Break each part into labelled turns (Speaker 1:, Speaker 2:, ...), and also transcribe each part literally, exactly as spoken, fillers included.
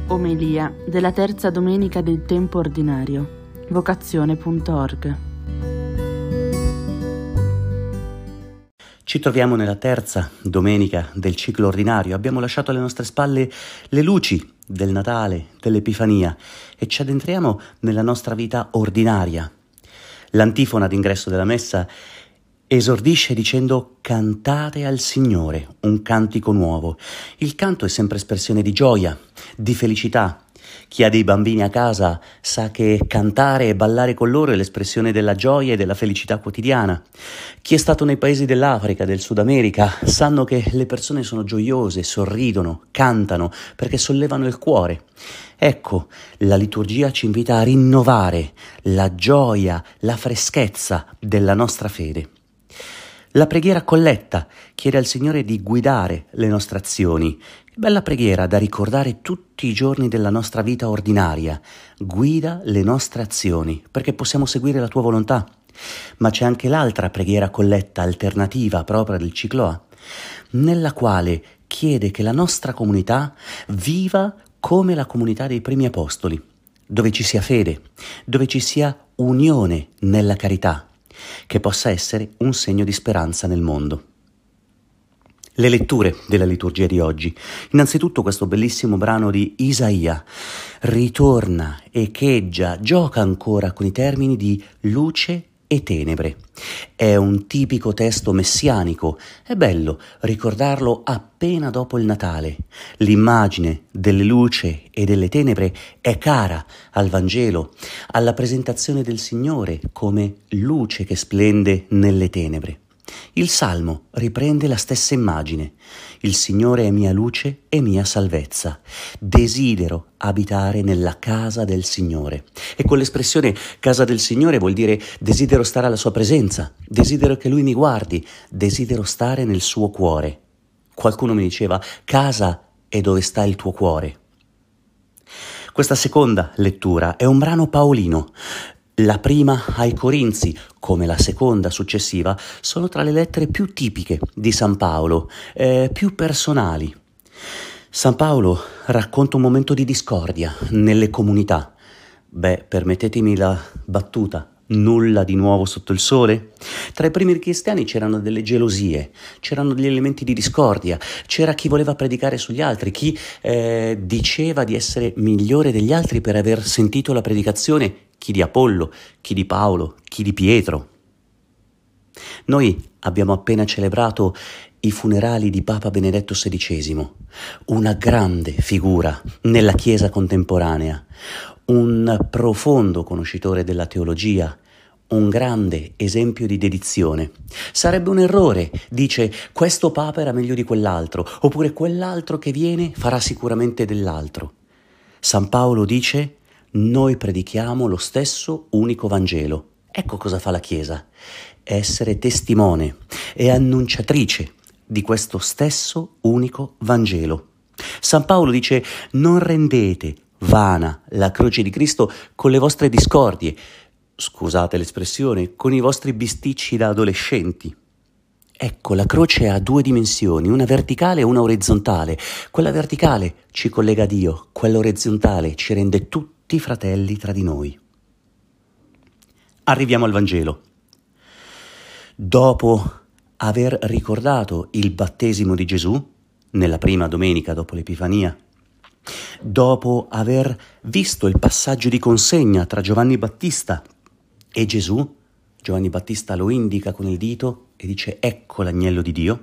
Speaker 1: Omelia della terza domenica del tempo ordinario. Vocazione punto org.
Speaker 2: Ci troviamo nella terza domenica del ciclo ordinario. Abbiamo lasciato alle nostre spalle le luci del Natale, dell'Epifania e ci addentriamo nella nostra vita ordinaria. L'antifona d'ingresso della messa esordisce dicendo: cantate al Signore, un cantico nuovo. Il canto è sempre espressione di gioia, di felicità. Chi ha dei bambini a casa sa che cantare e ballare con loro è l'espressione della gioia e della felicità quotidiana. Chi è stato nei paesi dell'Africa, del Sud America, sanno che le persone sono gioiose, sorridono, cantano perché sollevano il cuore. Ecco, la liturgia ci invita a rinnovare la gioia, la freschezza della nostra fede. La preghiera colletta chiede al Signore di guidare le nostre azioni. Che bella preghiera da ricordare tutti i giorni della nostra vita ordinaria. Guida le nostre azioni perché possiamo seguire la tua volontà. Ma c'è anche l'altra preghiera colletta alternativa propria del ciclo A, nella quale chiede che la nostra comunità viva come la comunità dei primi apostoli, dove ci sia fede, dove ci sia unione nella carità, che possa essere un segno di speranza nel mondo. Le letture della liturgia di oggi. Innanzitutto questo bellissimo brano di Isaia ritorna, echeggia, gioca ancora con i termini di luce e tenebre. È un tipico testo messianico. È bello ricordarlo appena dopo il Natale. L'immagine delle luce e delle tenebre è cara al Vangelo, alla presentazione del Signore come luce che splende nelle tenebre. Il Salmo riprende la stessa immagine. Il Signore è mia luce e mia salvezza. Desidero abitare nella casa del Signore. E con l'espressione casa del Signore vuol dire desidero stare alla sua presenza, desidero che Lui mi guardi, desidero stare nel suo cuore. Qualcuno mi diceva: casa è dove sta il tuo cuore. Questa seconda lettura è un brano paolino. La prima ai Corinzi, come la seconda successiva, sono tra le lettere più tipiche di San Paolo, eh, più personali. San Paolo racconta un momento di discordia nelle comunità. Beh, permettetemi la battuta, nulla di nuovo sotto il sole? Tra i primi cristiani c'erano delle gelosie, c'erano degli elementi di discordia, c'era chi voleva predicare sugli altri, chi eh, diceva di essere migliore degli altri per aver sentito la predicazione, chi di Apollo, chi di Paolo, chi di Pietro. Noi abbiamo appena celebrato i funerali di Papa Benedetto sedicesimo, una grande figura nella Chiesa contemporanea, un profondo conoscitore della teologia, un grande esempio di dedizione. Sarebbe un errore, dice, questo Papa era meglio di quell'altro, oppure quell'altro che viene farà sicuramente dell'altro. San Paolo dice: noi predichiamo lo stesso unico Vangelo. Ecco cosa fa la Chiesa: essere testimone e annunciatrice di questo stesso unico Vangelo. San Paolo dice: non rendete vana la croce di Cristo con le vostre discordie, scusate l'espressione, con i vostri bisticci da adolescenti. Ecco, la croce ha due dimensioni, una verticale e una orizzontale. Quella verticale ci collega a Dio, quella orizzontale ci rende tutti fratelli tra di noi. Arriviamo al Vangelo. Dopo aver ricordato il battesimo di Gesù, nella prima domenica dopo l'Epifania, dopo aver visto il passaggio di consegna tra Giovanni Battista e Gesù, Giovanni Battista lo indica con il dito e dice: ecco l'agnello di Dio,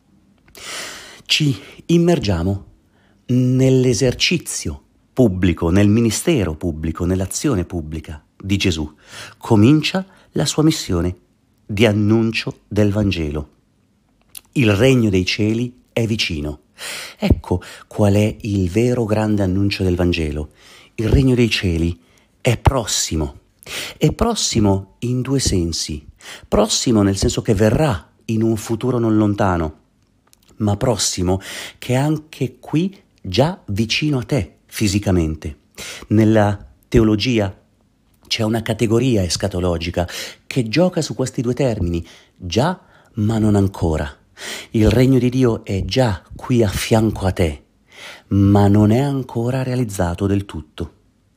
Speaker 2: ci immergiamo nell'esercizio pubblico, nel ministero pubblico, nell'azione pubblica di Gesù. Comincia la sua missione di annuncio del Vangelo. Il regno dei cieli è vicino. Ecco qual è il vero grande annuncio del Vangelo. Il regno dei cieli è prossimo. È prossimo in due sensi. Prossimo nel senso che verrà in un futuro non lontano, ma prossimo che è anche qui già vicino a te fisicamente. Nella teologia c'è una categoria escatologica che gioca su questi due termini, già ma non ancora. Il regno di Dio è già qui a fianco a te. ma non è ancora realizzato del tutto.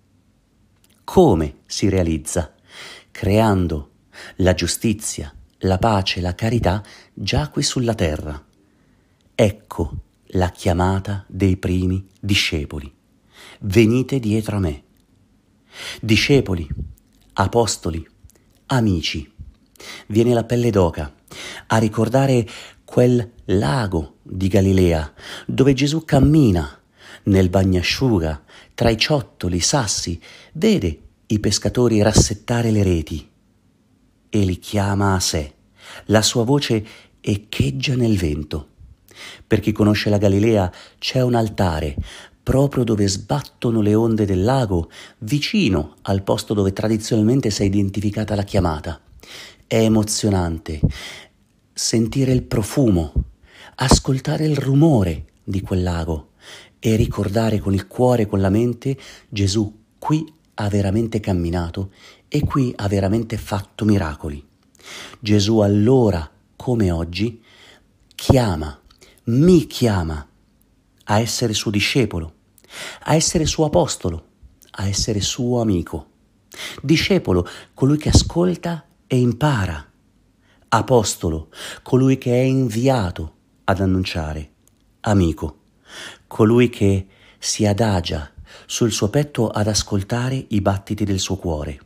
Speaker 2: Come si realizza? Creando la giustizia, la pace, la carità già qui sulla terra. Ecco la chiamata dei primi discepoli. Venite dietro a me. Discepoli, apostoli, amici. Viene la pelle d'oca a ricordare quel lago di Galilea dove Gesù cammina nel bagnasciuga tra i ciottoli, i sassi, vede i pescatori rassettare le reti e li chiama a sé. La sua voce echeggia nel vento. Per chi conosce la Galilea c'è un altare proprio dove sbattono le onde del lago, vicino al posto dove tradizionalmente si è identificata la chiamata. È emozionante sentire il profumo, ascoltare il rumore di quel lago e ricordare con il cuore e con la mente: Gesù qui ha veramente camminato e qui ha veramente fatto miracoli. Gesù allora, come oggi, chiama, mi chiama a essere suo discepolo, a essere suo apostolo, a essere suo amico. Discepolo, colui che ascolta e impara. Apostolo, colui che è inviato ad annunciare. Amico, colui che si adagia sul suo petto ad ascoltare i battiti del suo cuore.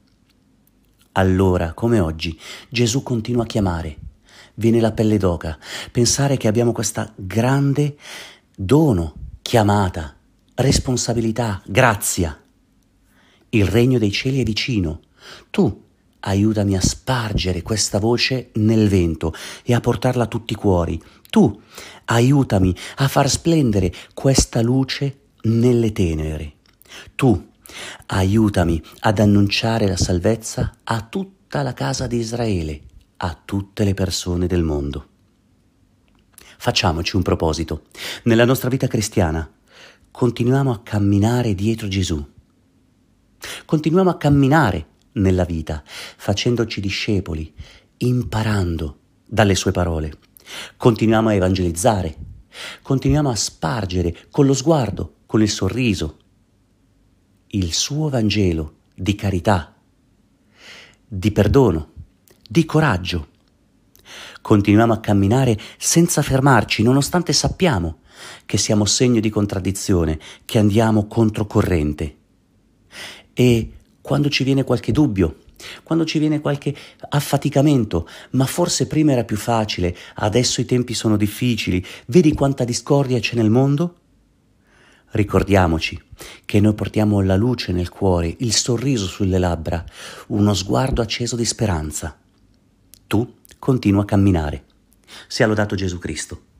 Speaker 2: Allora, come oggi, Gesù continua a chiamare. Viene la pelle d'oca pensare che abbiamo questa grande dono, chiamata, responsabilità, grazia. Il regno dei cieli è vicino. Tu aiutami a spargere questa voce nel vento e a portarla a tutti i cuori. Tu aiutami a far splendere questa luce nelle tenebre. Tu aiutami ad annunciare la salvezza a tutta la casa di Israele, a tutte le persone del mondo. Facciamoci un proposito. Nella nostra vita cristiana continuiamo a camminare dietro Gesù. Continuiamo a camminare nella vita, facendoci discepoli, imparando dalle sue parole. Continuiamo a evangelizzare, continuiamo a spargere con lo sguardo, con il sorriso, il suo Vangelo di carità, di perdono, di coraggio. Continuiamo a camminare senza fermarci, nonostante sappiamo che siamo segno di contraddizione, che andiamo controcorrente. E quando ci viene qualche dubbio, quando ci viene qualche affaticamento, ma forse prima era più facile, adesso i tempi sono difficili, vedi quanta discordia c'è nel mondo? Ricordiamoci che noi portiamo la luce nel cuore, il sorriso sulle labbra, uno sguardo acceso di speranza. Tu continua a camminare. Sia lodato Gesù Cristo.